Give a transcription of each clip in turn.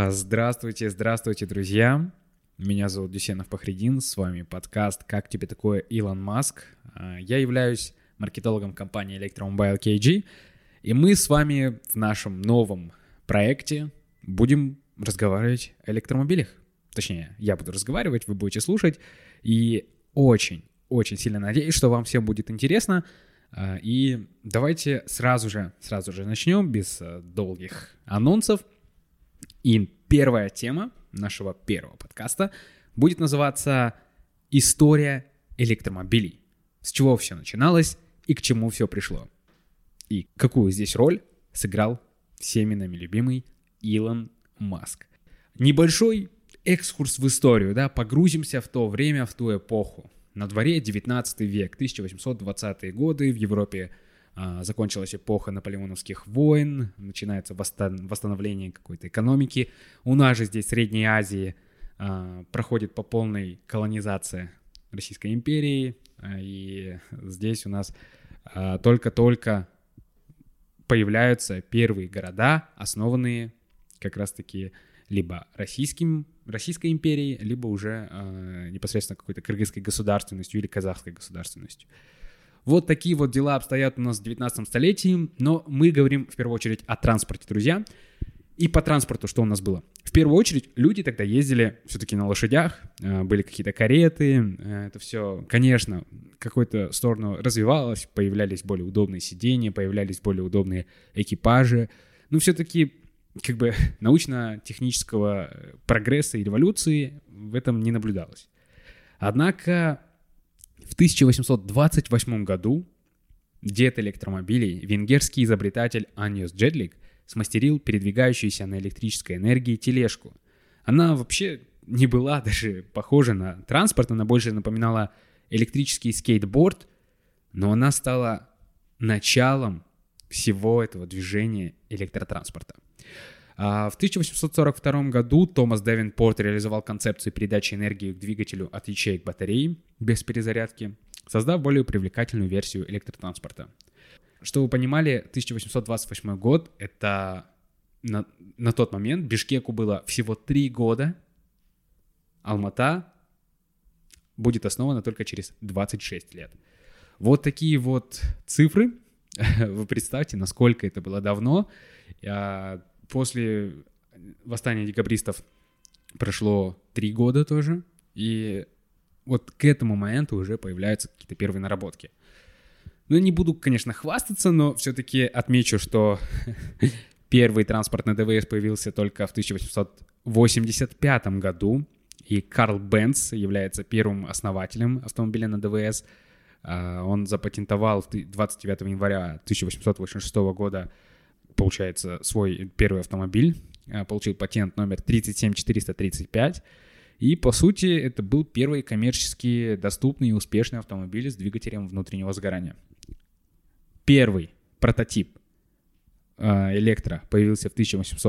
Здравствуйте, здравствуйте, друзья. Меня зовут Дюсенов Пахридин, с вами подкаст «Как тебе такое, Илон Маск?». Я являюсь маркетологом компании Electromobile KG, и мы с вами в нашем новом проекте будем разговаривать о электромобилях. Точнее, я буду разговаривать, вы будете слушать, и очень сильно надеюсь, что вам всем будет интересно. И давайте сразу же начнем без долгих анонсов. И первая тема нашего первого подкаста будет называться «История электромобилей». С чего все начиналось и к чему все пришло. И какую здесь роль сыграл всеми нами любимый Илон Маск. Небольшой экскурс в историю, погрузимся в то время, в ту эпоху. На дворе 19 век, 1820-е годы, в Европе закончилась эпоха наполеоновских войн, начинается восстановление какой-то экономики. У нас же здесь в Средней Азии проходит по полной колонизация Российской империи, и здесь у нас только-только появляются первые города, основанные как раз-таки либо Российской империей, либо уже непосредственно какой-то кыргызской государственностью или казахской государственностью. Вот такие вот дела обстоят у нас в 19 столетии, но мы говорим в первую очередь о транспорте, друзья. И по транспорту что у нас было? В первую очередь люди тогда ездили все-таки на лошадях, были какие-то кареты, это все, конечно, в какую-то сторону развивалось, появлялись более удобные сиденья, появлялись более удобные экипажи, но все-таки как бы научно-технического прогресса и революции в этом не наблюдалось. Однако в 1828 году дед электромобилей, венгерский изобретатель Аньос Джедлик, смастерил передвигающуюся на электрической энергии тележку. Она вообще не была даже похожа на транспорт, она больше напоминала электрический скейтборд, но она стала началом всего этого движения электротранспорта. В 1842 году Томас Девенпорт реализовал концепцию передачи энергии к двигателю от ячеек батареи без перезарядки, создав более привлекательную версию электротранспорта. Чтобы вы понимали, 1828 год, это на тот момент Бишкеку было всего 3 года, Алмата будет основана только через 26 лет. Вот такие вот цифры. Вы представьте, насколько это было давно. После восстания декабристов прошло 3 года тоже, и вот к этому моменту уже появляются какие-то первые наработки. Ну, не буду, конечно, хвастаться, но все-таки отмечу, что первый транспортный ДВС появился только в 1885 году, и Карл Бенц является первым основателем автомобиля на ДВС. Он запатентовал 29 января 1886 года, получается, свой первый автомобиль, получил патент номер 37435, и, по сути, это был первый коммерчески доступный и успешный автомобиль с двигателем внутреннего сгорания. Первый прототип электро появился в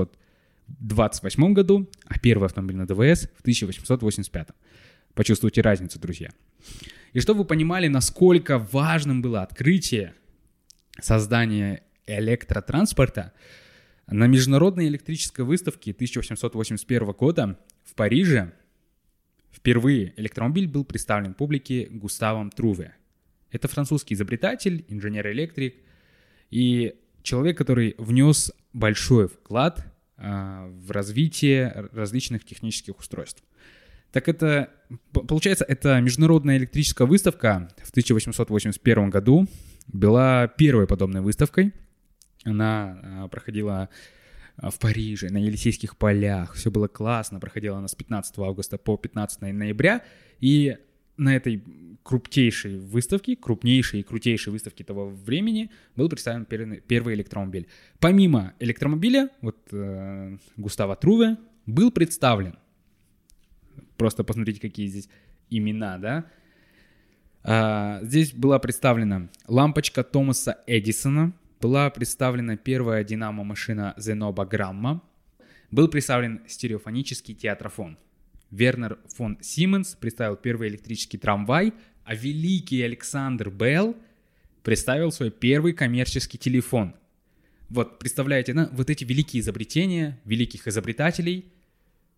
1828 году, а первый автомобиль на ДВС в 1885. Почувствуйте разницу, друзья. И чтобы вы понимали, насколько важным было открытие создания электротранспорта, на международной электрической выставке 1881 года в Париже впервые электромобиль был представлен публике Густавом Труве. Это французский изобретатель, инженер-электрик и человек, который внес большой вклад в развитие различных технических устройств. Так это, получается, эта международная электрическая выставка в 1881 году была первой подобной выставкой. Она проходила в Париже, на Елисейских полях. Все было классно. Проходила она с 15 августа по 15 ноября. И на этой крупнейшей выставке выставке того времени был представлен первый электромобиль. Помимо электромобиля, Густава Труве, был представлен, просто посмотрите, какие здесь имена, здесь была представлена лампочка Томаса Эдисона, была представлена первая динамо-машина Зеноба Грамма, был представлен стереофонический театрофон. Вернер фон Сименс представил первый электрический трамвай, а великий Александр Белл представил свой первый коммерческий телефон. Вот, представляете, вот эти великие изобретения великих изобретателей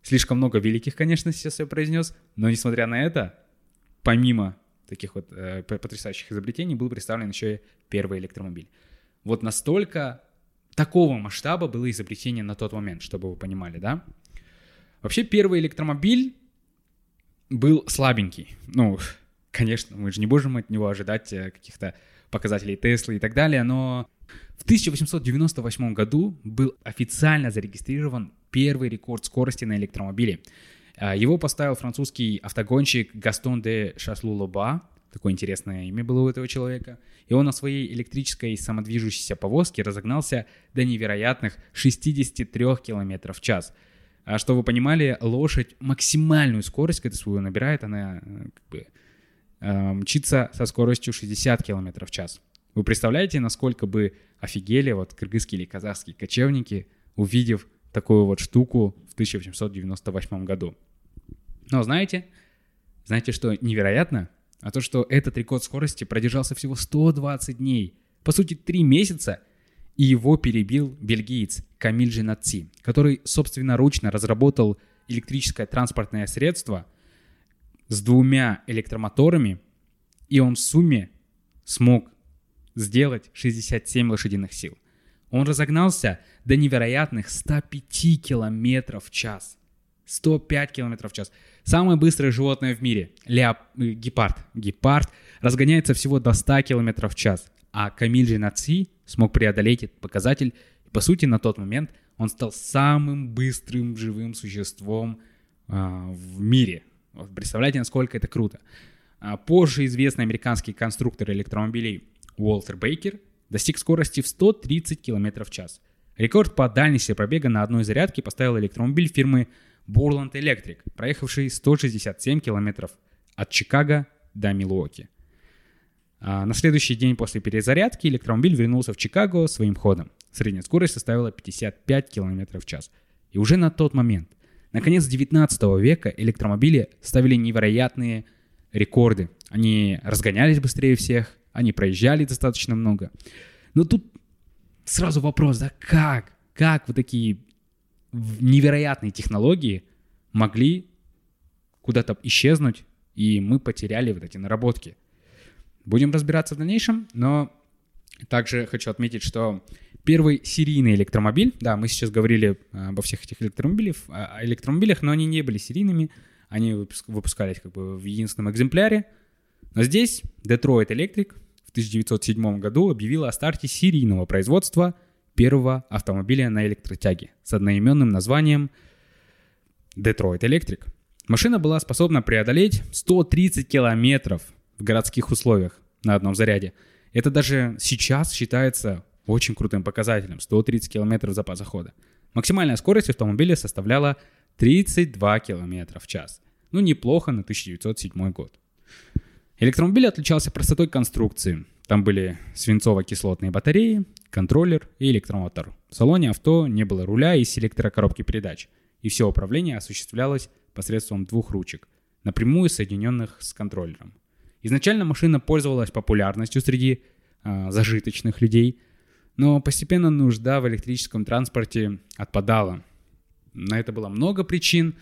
Слишком много великих, конечно, сейчас я произнес, но несмотря на это, помимо таких вот потрясающих изобретений, был представлен еще и первый электромобиль. Вот настолько такого масштаба было изобретение на тот момент, чтобы вы понимали, да? Вообще первый электромобиль был слабенький. Ну, конечно, мы же не можем от него ожидать каких-то показателей Теслы и так далее, но в 1898 году был официально зарегистрирован первый рекорд скорости на электромобиле. Его поставил французский автогонщик Гастон де Шаслу-Лоба. Такое интересное имя было у этого человека. И он на своей электрической самодвижущейся повозке разогнался до невероятных 63 км в час. А что вы понимали, лошадь максимальную скорость, когда свою набирает, она мчится со скоростью 60 км в час. Вы представляете, насколько бы офигели вот кыргызские или казахские кочевники, увидев такую вот штуку в 1898 году. Но знаете, что невероятно? А то, что этот рекорд скорости продержался всего 120 дней. По сути, 3 месяца, и его перебил бельгиец Камиль Женатци, который собственноручно разработал электрическое транспортное средство с 2 электромоторами, и он в сумме смог сделать 67 лошадиных сил. Он разогнался до невероятных 105 км в час. 105 км в час. Самое быстрое животное в мире, гепард. Гепард разгоняется всего до 100 км в час. А Камиль Женатци смог преодолеть этот показатель. И, по сути, на тот момент он стал самым быстрым живым существом в мире. Представляете, насколько это круто. Позже известный американский конструктор электромобилей Уолтер Бейкер достиг скорости в 130 км в час. Рекорд по дальности пробега на одной зарядке поставил электромобиль фирмы Borland Electric, проехавший 167 км от Чикаго до Милуоки. На следующий день после перезарядки электромобиль вернулся в Чикаго своим ходом. Средняя скорость составила 55 км в час. И уже на тот момент, на конец 19 века, электромобили ставили невероятные рекорды. Они разгонялись быстрее всех, они проезжали достаточно много. Но тут сразу вопрос, да как вот такие невероятные технологии могли куда-то исчезнуть, и мы потеряли вот эти наработки. Будем разбираться в дальнейшем, но также хочу отметить, что первый серийный электромобиль, да, мы сейчас говорили обо всех этих электромобилях, но они не были серийными, они выпускались как бы в единственном экземпляре. Но здесь Detroit Electric в 1907 году объявила о старте серийного производства первого автомобиля на электротяге с одноименным названием Detroit Electric. Машина была способна преодолеть 130 километров в городских условиях на одном заряде. Это даже сейчас считается очень крутым показателем. 130 километров запаса хода. Максимальная скорость автомобиля составляла 32 километра в час. Ну, неплохо на 1907 год. Электромобиль отличался простотой конструкции. Там были свинцово-кислотные батареи, контроллер и электромотор. В салоне авто не было руля и селектора коробки передач. И все управление осуществлялось посредством 2 ручек, напрямую соединенных с контроллером. Изначально машина пользовалась популярностью среди зажиточных людей, но постепенно нужда в электрическом транспорте отпадала. На это было много причин.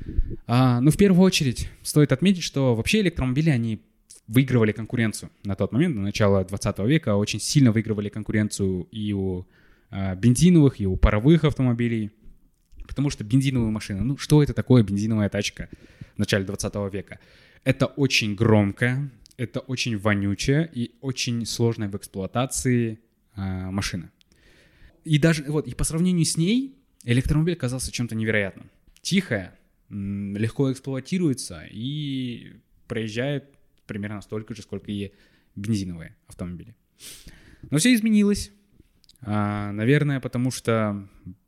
Но в первую очередь стоит отметить, что вообще электромобили, они выигрывали конкуренцию на тот момент, на начало 20 века, очень сильно выигрывали конкуренцию и у бензиновых, и у паровых автомобилей. Потому что бензиновые машины, что это такое бензиновая тачка в начале 20 века? Это очень громкая, это очень вонючая и очень сложная в эксплуатации машина. И даже и по сравнению с ней электромобиль казался чем-то невероятным. Тихая, легко эксплуатируется и проезжает примерно столько же, сколько и бензиновые автомобили. Но все изменилось. Наверное, потому что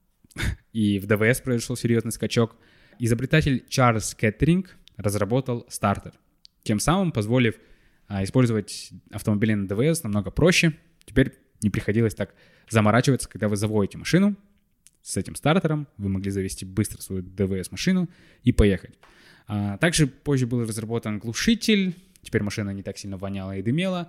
и в ДВС произошел серьезный скачок. Изобретатель Чарльз Кеттеринг разработал стартер, тем самым позволив использовать автомобили на ДВС намного проще. Теперь не приходилось так заморачиваться, когда вы заводите машину. С этим стартером вы могли завести быстро свою ДВС-машину и поехать. Также позже был разработан глушитель. Теперь машина не так сильно воняла и дымела.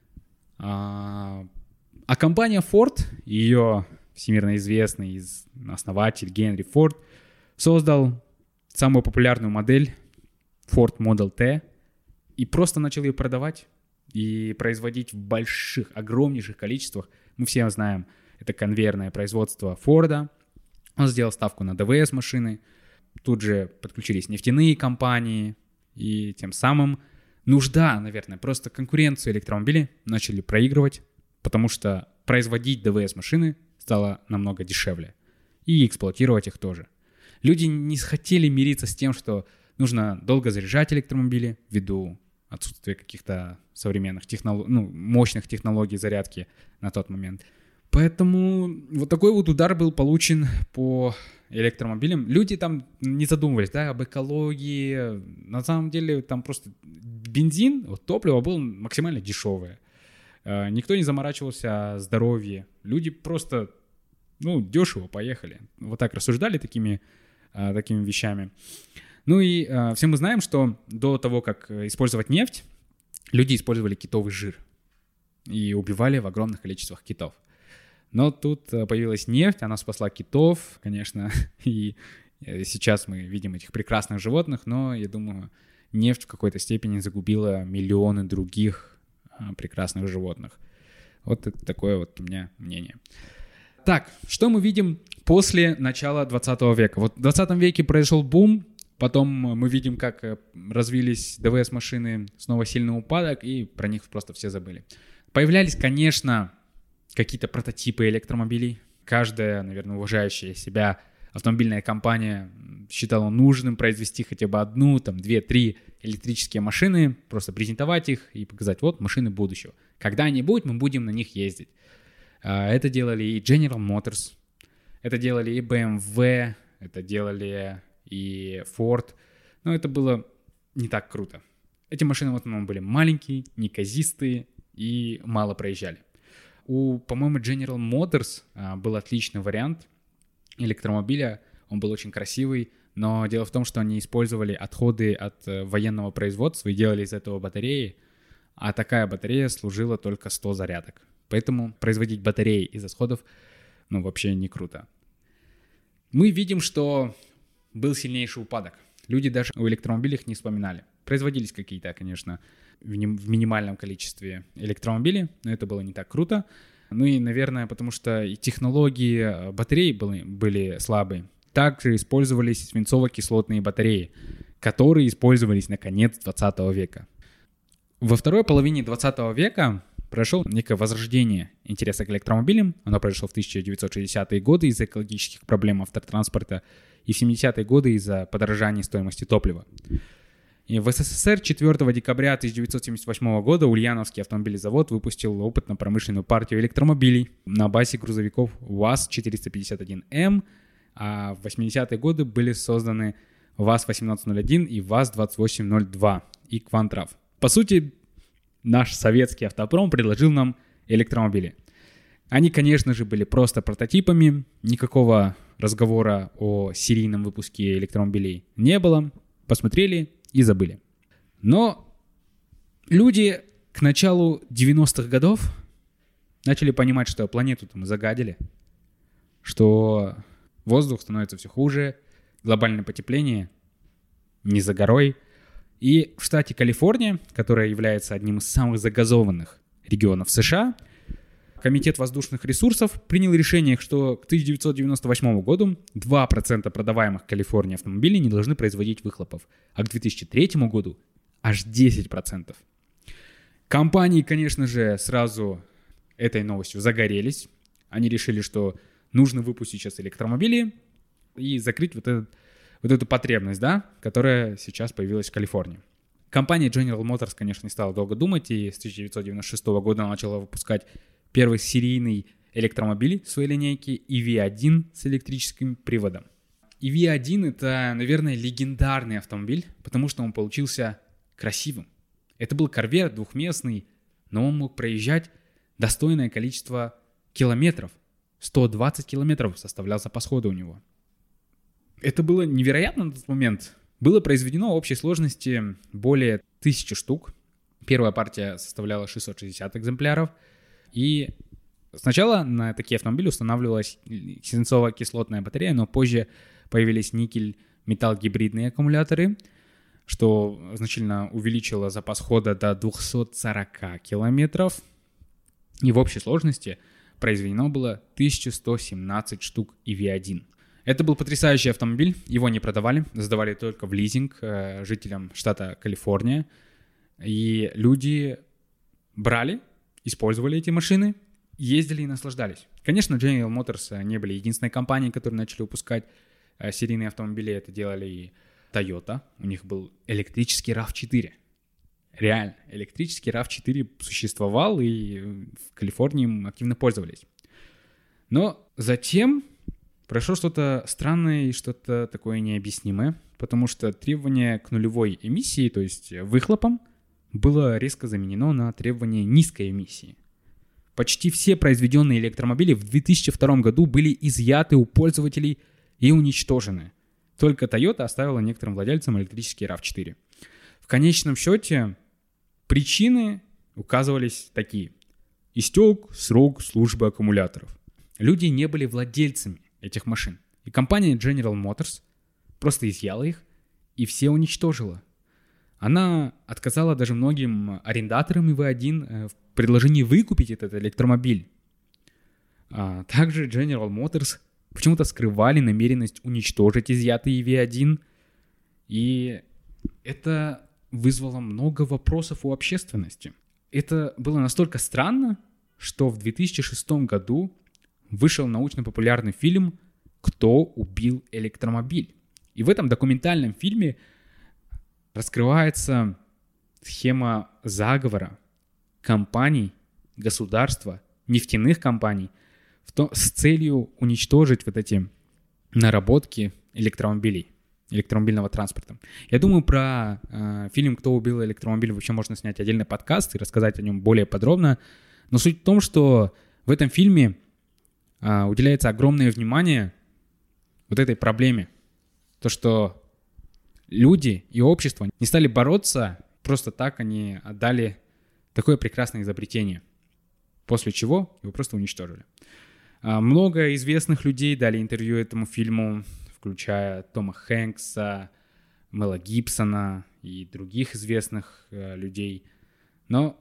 А компания Ford, ее всемирно известный основатель Генри Форд, создал самую популярную модель Ford Model T и просто начал ее продавать и производить в больших, огромнейших количествах. Мы все знаем, это конвейерное производство Форда. Он сделал ставку на ДВС машины. Тут же подключились нефтяные компании. И тем самым нужда, наверное, просто конкуренцию электромобилей начали проигрывать, потому что производить ДВС машины стало намного дешевле. И эксплуатировать их тоже. Люди не хотели мириться с тем, что нужно долго заряжать электромобили ввиду отсутствия каких-то современных мощных технологий зарядки на тот момент. Поэтому вот такой вот удар был получен по электромобилям. Люди там не задумывались, да, об экологии. На самом деле там просто бензин, вот, топливо было максимально дешевое. Никто не заморачивался о здоровье. Люди просто, дешево поехали. Вот так рассуждали такими вещами. И все мы знаем, что до того, как использовать нефть, люди использовали китовый жир и убивали в огромных количествах китов. Но тут появилась нефть, она спасла китов, конечно, и сейчас мы видим этих прекрасных животных, но, я думаю, нефть в какой-то степени загубила миллионы других прекрасных животных. Вот это такое вот у меня мнение. Так, что мы видим после начала 20 века? Вот в 20 веке произошел бум, потом мы видим, как развились ДВС-машины, снова сильный упадок, и про них просто все забыли. Появлялись, конечно, какие-то прототипы электромобилей. Каждая, наверное, уважающая себя автомобильная компания считала нужным произвести хотя бы одну, 2, 3 электрические машины, просто презентовать их и показать, вот машины будущего. Когда-нибудь мы будем на них ездить. Это делали и General Motors, это делали и BMW, это делали и Ford. Но это было не так круто. Эти машины в основном были маленькие, неказистые и мало проезжали. По-моему, General Motors был отличный вариант электромобиля. Он был очень красивый, но дело в том, что они использовали отходы от военного производства и делали из этого батареи, а такая батарея служила только 100 зарядок. Поэтому производить батареи из отходов, вообще не круто. Мы видим, что был сильнейший упадок. Люди даже о электромобилях не вспоминали. Производились какие-то, конечно, в минимальном количестве электромобилей, но это было не так круто. И, наверное, потому что и технологии батарей были слабые. Также использовались свинцово-кислотные батареи, которые использовались на конец 20 века. Во второй половине 20 века произошло некое возрождение интереса к электромобилям. Оно произошло в 1960-е годы из-за экологических проблем автотранспорта и в 70-е годы из-за подорожания стоимости топлива. И в СССР 4 декабря 1978 года Ульяновский автомобилезавод выпустил опытно-промышленную партию электромобилей на базе грузовиков ВАЗ-451М, а в 80-е годы были созданы ВАЗ-1801 и ВАЗ-2802 и Квантрав. По сути, наш советский автопром предложил нам электромобили. Они, конечно же, были просто прототипами, никакого разговора о серийном выпуске электромобилей не было, посмотрели и забыли. Но люди к началу 90-х годов начали понимать, что планету-то мы загадили, что воздух становится все хуже, глобальное потепление не за горой. И в штате Калифорния, которая является одним из самых загазованных регионов США, Комитет воздушных ресурсов принял решение, что к 1998 году 2% продаваемых в Калифорнии автомобилей не должны производить выхлопов, а к 2003 году аж 10%. Компании, конечно же, сразу этой новостью загорелись. Они решили, что нужно выпустить сейчас электромобили и закрыть вот эту потребность, которая сейчас появилась в Калифорнии. Компания General Motors, конечно, не стала долго думать и с 1996 года начала выпускать первый серийный электромобиль в своей линейке EV1 с электрическим приводом. EV1 — это, наверное, легендарный автомобиль, потому что он получился красивым. Это был корвет двухместный, но он мог проезжать достойное количество километров. 120 километров составлял запас хода у него. Это было невероятно на тот момент. Было произведено в общей сложности более 1000 штук. Первая партия составляла 660 экземпляров. И сначала на такие автомобили устанавливалась свинцово-кислотная батарея, но позже появились никель, металл-гибридные аккумуляторы, что значительно увеличило запас хода до 240 километров. И в общей сложности произведено было 1117 штук EV1. Это был потрясающий автомобиль, его не продавали, сдавали только в лизинг жителям штата Калифорния. И люди брали, использовали эти машины, ездили и наслаждались. Конечно, General Motors не были единственной компанией, которые начали выпускать серийные автомобили. Это делали и Toyota. У них был электрический RAV4. Реально, электрический RAV4 существовал, и в Калифорнии им активно пользовались. Но затем прошло что-то странное и что-то такое необъяснимое, потому что требование к нулевой эмиссии, то есть выхлопам, было резко заменено на требование низкой эмиссии. Почти все произведенные электромобили в 2002 году были изъяты у пользователей и уничтожены. Только Toyota оставила некоторым владельцам электрический RAV4. В конечном счете причины указывались такие. Истек срок службы аккумуляторов. Люди не были владельцами этих машин. И компания General Motors просто изъяла их и все уничтожила. Она отказала даже многим арендаторам EV1 в предложении выкупить этот электромобиль. Также General Motors почему-то скрывали намеренность уничтожить изъятый EV1. И это вызвало много вопросов у общественности. Это было настолько странно, что в 2006 году вышел научно-популярный фильм «Кто убил электромобиль?». И в этом документальном фильме раскрывается схема заговора компаний, государства, нефтяных компаний с целью уничтожить вот эти наработки электромобильного транспорта. Я думаю, про фильм «Кто убил электромобиль» вообще можно снять отдельный подкаст и рассказать о нем более подробно. Но суть в том, что в этом фильме уделяется огромное внимание вот этой проблеме. То, что люди и общество не стали бороться, просто так они отдали такое прекрасное изобретение. После чего его просто уничтожили. Много известных людей дали интервью этому фильму, включая Тома Хэнкса, Мела Гибсона и других известных людей. Но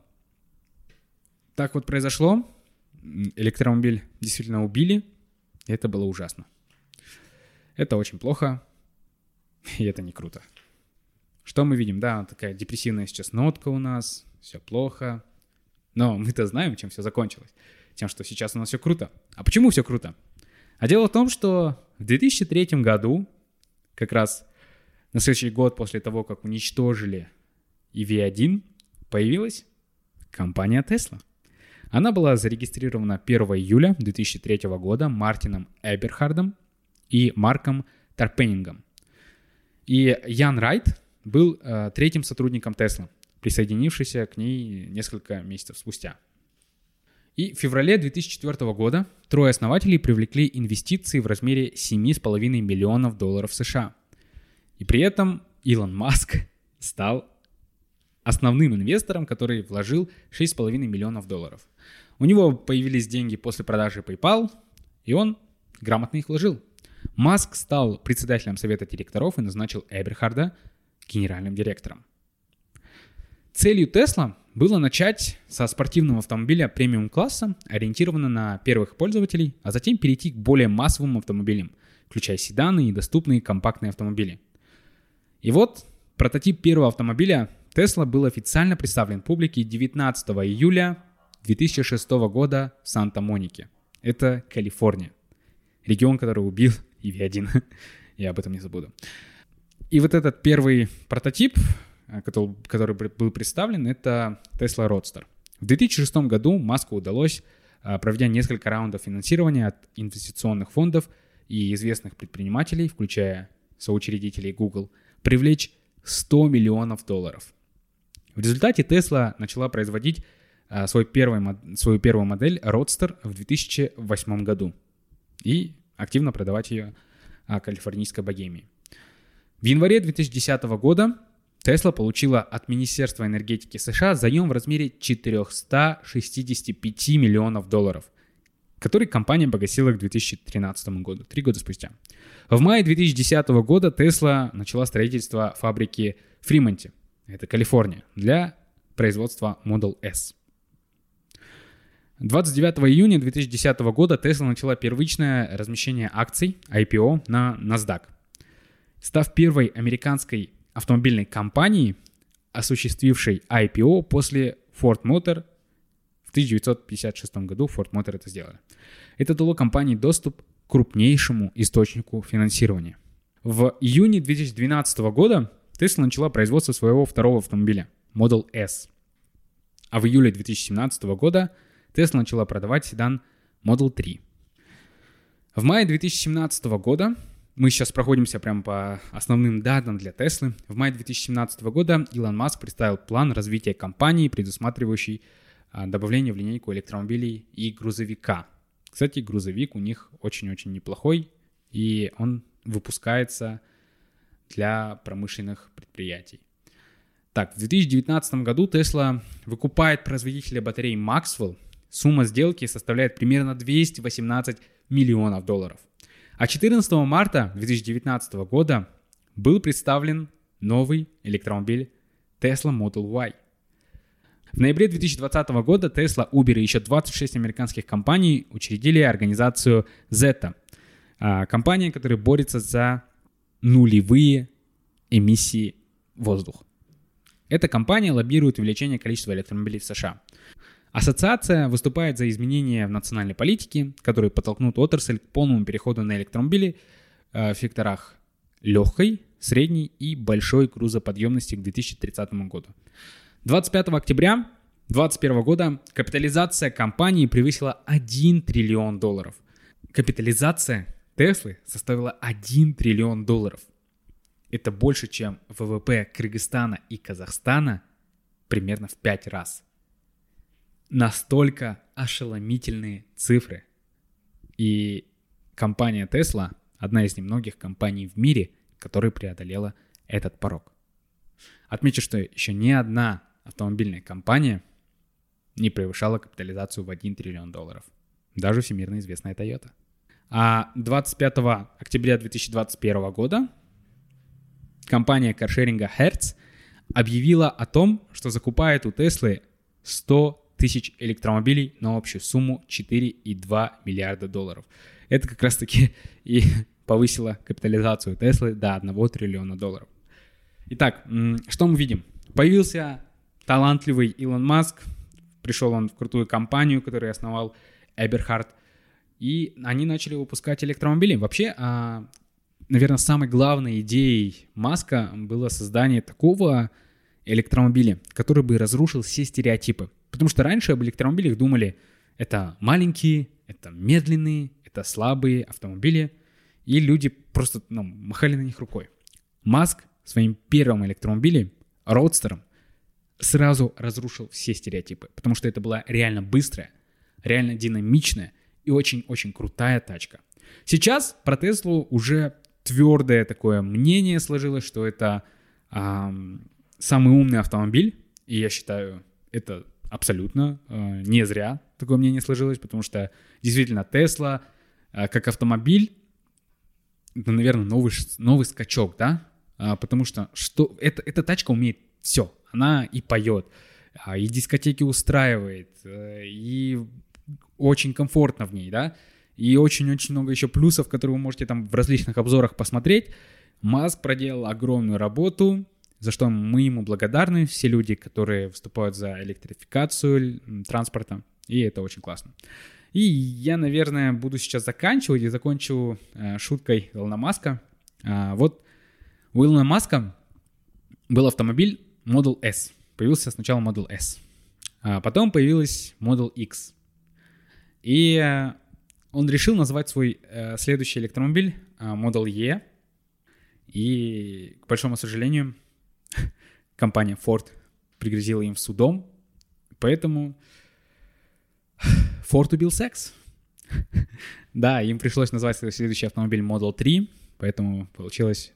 так вот произошло. Электромобиль действительно убили. И это было ужасно. Это очень плохо. И это не круто. Что мы видим? Да, такая депрессивная сейчас нотка у нас. Все плохо. Но мы-то знаем, чем все закончилось. Тем, что сейчас у нас все круто. А почему все круто? А дело в том, что в 2003 году, как раз на следующий год после того, как уничтожили EV1, появилась компания Tesla. Она была зарегистрирована 1 июля 2003 года Мартином Эберхардом и Марком Тарпенингом. И Ян Райт был третьим сотрудником Tesla, присоединившийся к ней несколько месяцев спустя. И в феврале 2004 года трое основателей привлекли инвестиции в размере $7,5 миллионов США. И при этом Илон Маск стал основным инвестором, который вложил $6,5 миллионов. У него появились деньги после продажи PayPal, и он грамотно их вложил. Маск стал председателем совета директоров и назначил Эберхарда генеральным директором. Целью Tesla было начать со спортивного автомобиля премиум-класса, ориентированного на первых пользователей, а затем перейти к более массовым автомобилям, включая седаны и доступные компактные автомобили. И вот прототип первого автомобиля Tesla был официально представлен публике 19 июля 2006 года в Санта-Монике. Это Калифорния. Регион, который убил EV1. Я об этом не забуду. И вот этот первый прототип, который был представлен, это Tesla Roadster. В 2006 году Маску удалось, проведя несколько раундов финансирования от инвестиционных фондов и известных предпринимателей, включая соучредителей Google, привлечь $100 миллионов. В результате Tesla начала производить свою первую модель Roadster в 2008 году и активно продавать ее калифорнийской богемии. В январе 2010 года Tesla получила от Министерства энергетики США заем в размере $465 миллионов. который компания погасила к 2013 году, 3 года спустя. В мае 2010 года Tesla начала строительство фабрики в Фримонте, это Калифорния, для производства Model S. 29 июня 2010 года Tesla начала первичное размещение акций IPO на NASDAQ, став первой американской автомобильной компанией, осуществившей IPO после Ford Motor. В 1956 году Ford Motor это сделали. Это дало компании доступ к крупнейшему источнику финансирования. В июне 2012 года Tesla начала производство своего второго автомобиля Model S. А в июле 2017 года Tesla начала продавать седан Model 3. В мае 2017 года, мы сейчас проходимся прямо по основным датам для Tesla, в мае 2017 года Илон Маск представил план развития компании, предусматривающий добавление в линейку электромобилей и грузовика. Кстати, грузовик у них очень-очень неплохой, и он выпускается для промышленных предприятий. Так, в 2019 году Tesla выкупает производителя батарей Maxwell. Сумма сделки составляет примерно $218 миллионов. А 14 марта 2019 года был представлен новый электромобиль Tesla Model Y. В ноябре 2020 года Tesla, Uber и еще 26 американских компаний учредили организацию Zeta, компания, которая борется за нулевые эмиссии воздуха. Эта компания лоббирует увеличение количества электромобилей в США. Ассоциация выступает за изменения в национальной политике, которые подтолкнут отрасль к полному переходу на электромобили в секторах легкой, средней и большой грузоподъемности к 2030 году. 25 октября 2021 года капитализация компании превысила $1 триллион. Капитализация Теслы составила $1 триллион. Это больше, чем ВВП Кыргызстана и Казахстана примерно в 5 раз. Настолько ошеломительные цифры. И компания Tesla одна из немногих компаний в мире, которая преодолела этот порог. Отмечу, что еще ни одна автомобильная компания не превышала капитализацию в $1 триллион. Даже всемирно известная Toyota. А 25 октября 2021 года компания каршеринга Hertz объявила о том, что закупает у Теслы 100 тысяч электромобилей на общую сумму $4,2 миллиарда. Это как раз-таки и повысило капитализацию Теслы до $1 триллиона. Итак, что мы видим? Появился талантливый Илон Маск, пришел он в крутую компанию, которую основал Эберхард, и они начали выпускать электромобили. Вообще, наверное, самой главной идеей Маска было создание такого электромобиля, который бы разрушил все стереотипы. Потому что раньше об электромобилях думали, это маленькие, это медленные, это слабые автомобили, и люди просто махали на них рукой. Маск своим первым электромобилем, Роудстером, сразу разрушил все стереотипы, потому что это была реально быстрая, реально динамичная и очень-очень крутая тачка. Сейчас про Теслу уже твердое такое мнение сложилось, что это самый умный автомобиль, и я считаю, это абсолютно не зря такое мнение сложилось, потому что действительно Tesla как автомобиль, это, наверное, новый скачок, да? Потому что эта тачка умеет все. Она и поет, и дискотеки устраивает, и очень комфортно в ней, да? И очень-очень много еще плюсов, которые вы можете там в различных обзорах посмотреть. Маск проделал огромную работу, за что мы ему благодарны, все люди, которые выступают за электрификацию транспорта, и это очень классно. И я, наверное, буду сейчас заканчивать, и закончу шуткой Илона Маска. Вот у Илона Маска был автомобиль Model S. Появился сначала Model S, а потом появилась Model X. И он решил назвать свой следующий электромобиль Model E. И, к большому сожалению, компания Ford пригрозила им судом, поэтому Ford убил секс. Да, им пришлось назвать свой следующий автомобиль Model 3, поэтому получилось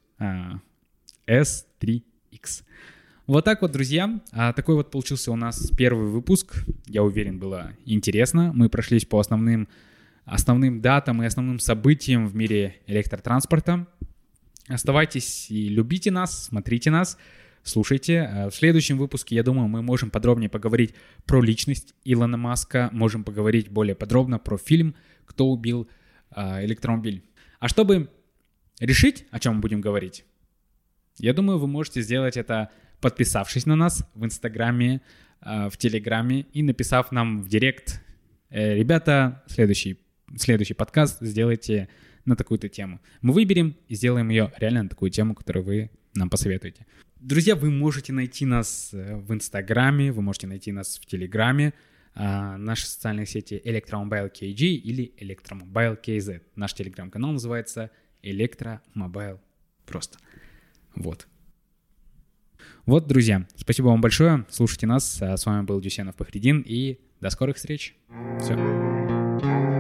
S3X. Вот так вот, друзья. Такой вот получился у нас первый выпуск. Я уверен, было интересно. Мы прошлись по основным основным датам и основным событиям в мире электротранспорта. Оставайтесь и любите нас, смотрите нас, слушайте. В следующем выпуске, я думаю, мы можем подробнее поговорить про личность Илона Маска, можем поговорить более подробно про фильм «Кто убил электромобиль». А чтобы решить, о чем мы будем говорить, я думаю, вы можете сделать это, подписавшись на нас в Инстаграме, в Телеграме и написав нам в Директ: ребята, следующий подкаст сделайте на такую-то тему. Мы выберем и сделаем ее реально на такую тему, которую вы нам посоветуете. Друзья, вы можете найти нас в Инстаграме, вы можете найти нас в Телеграме, наши социальные сети Electromobile KG или Electromobile KZ. Наш телеграм-канал называется Electromobile просто. Вот, друзья, спасибо вам большое, слушайте нас. С вами был Дюсенов Пахридин, и до скорых встреч. Все.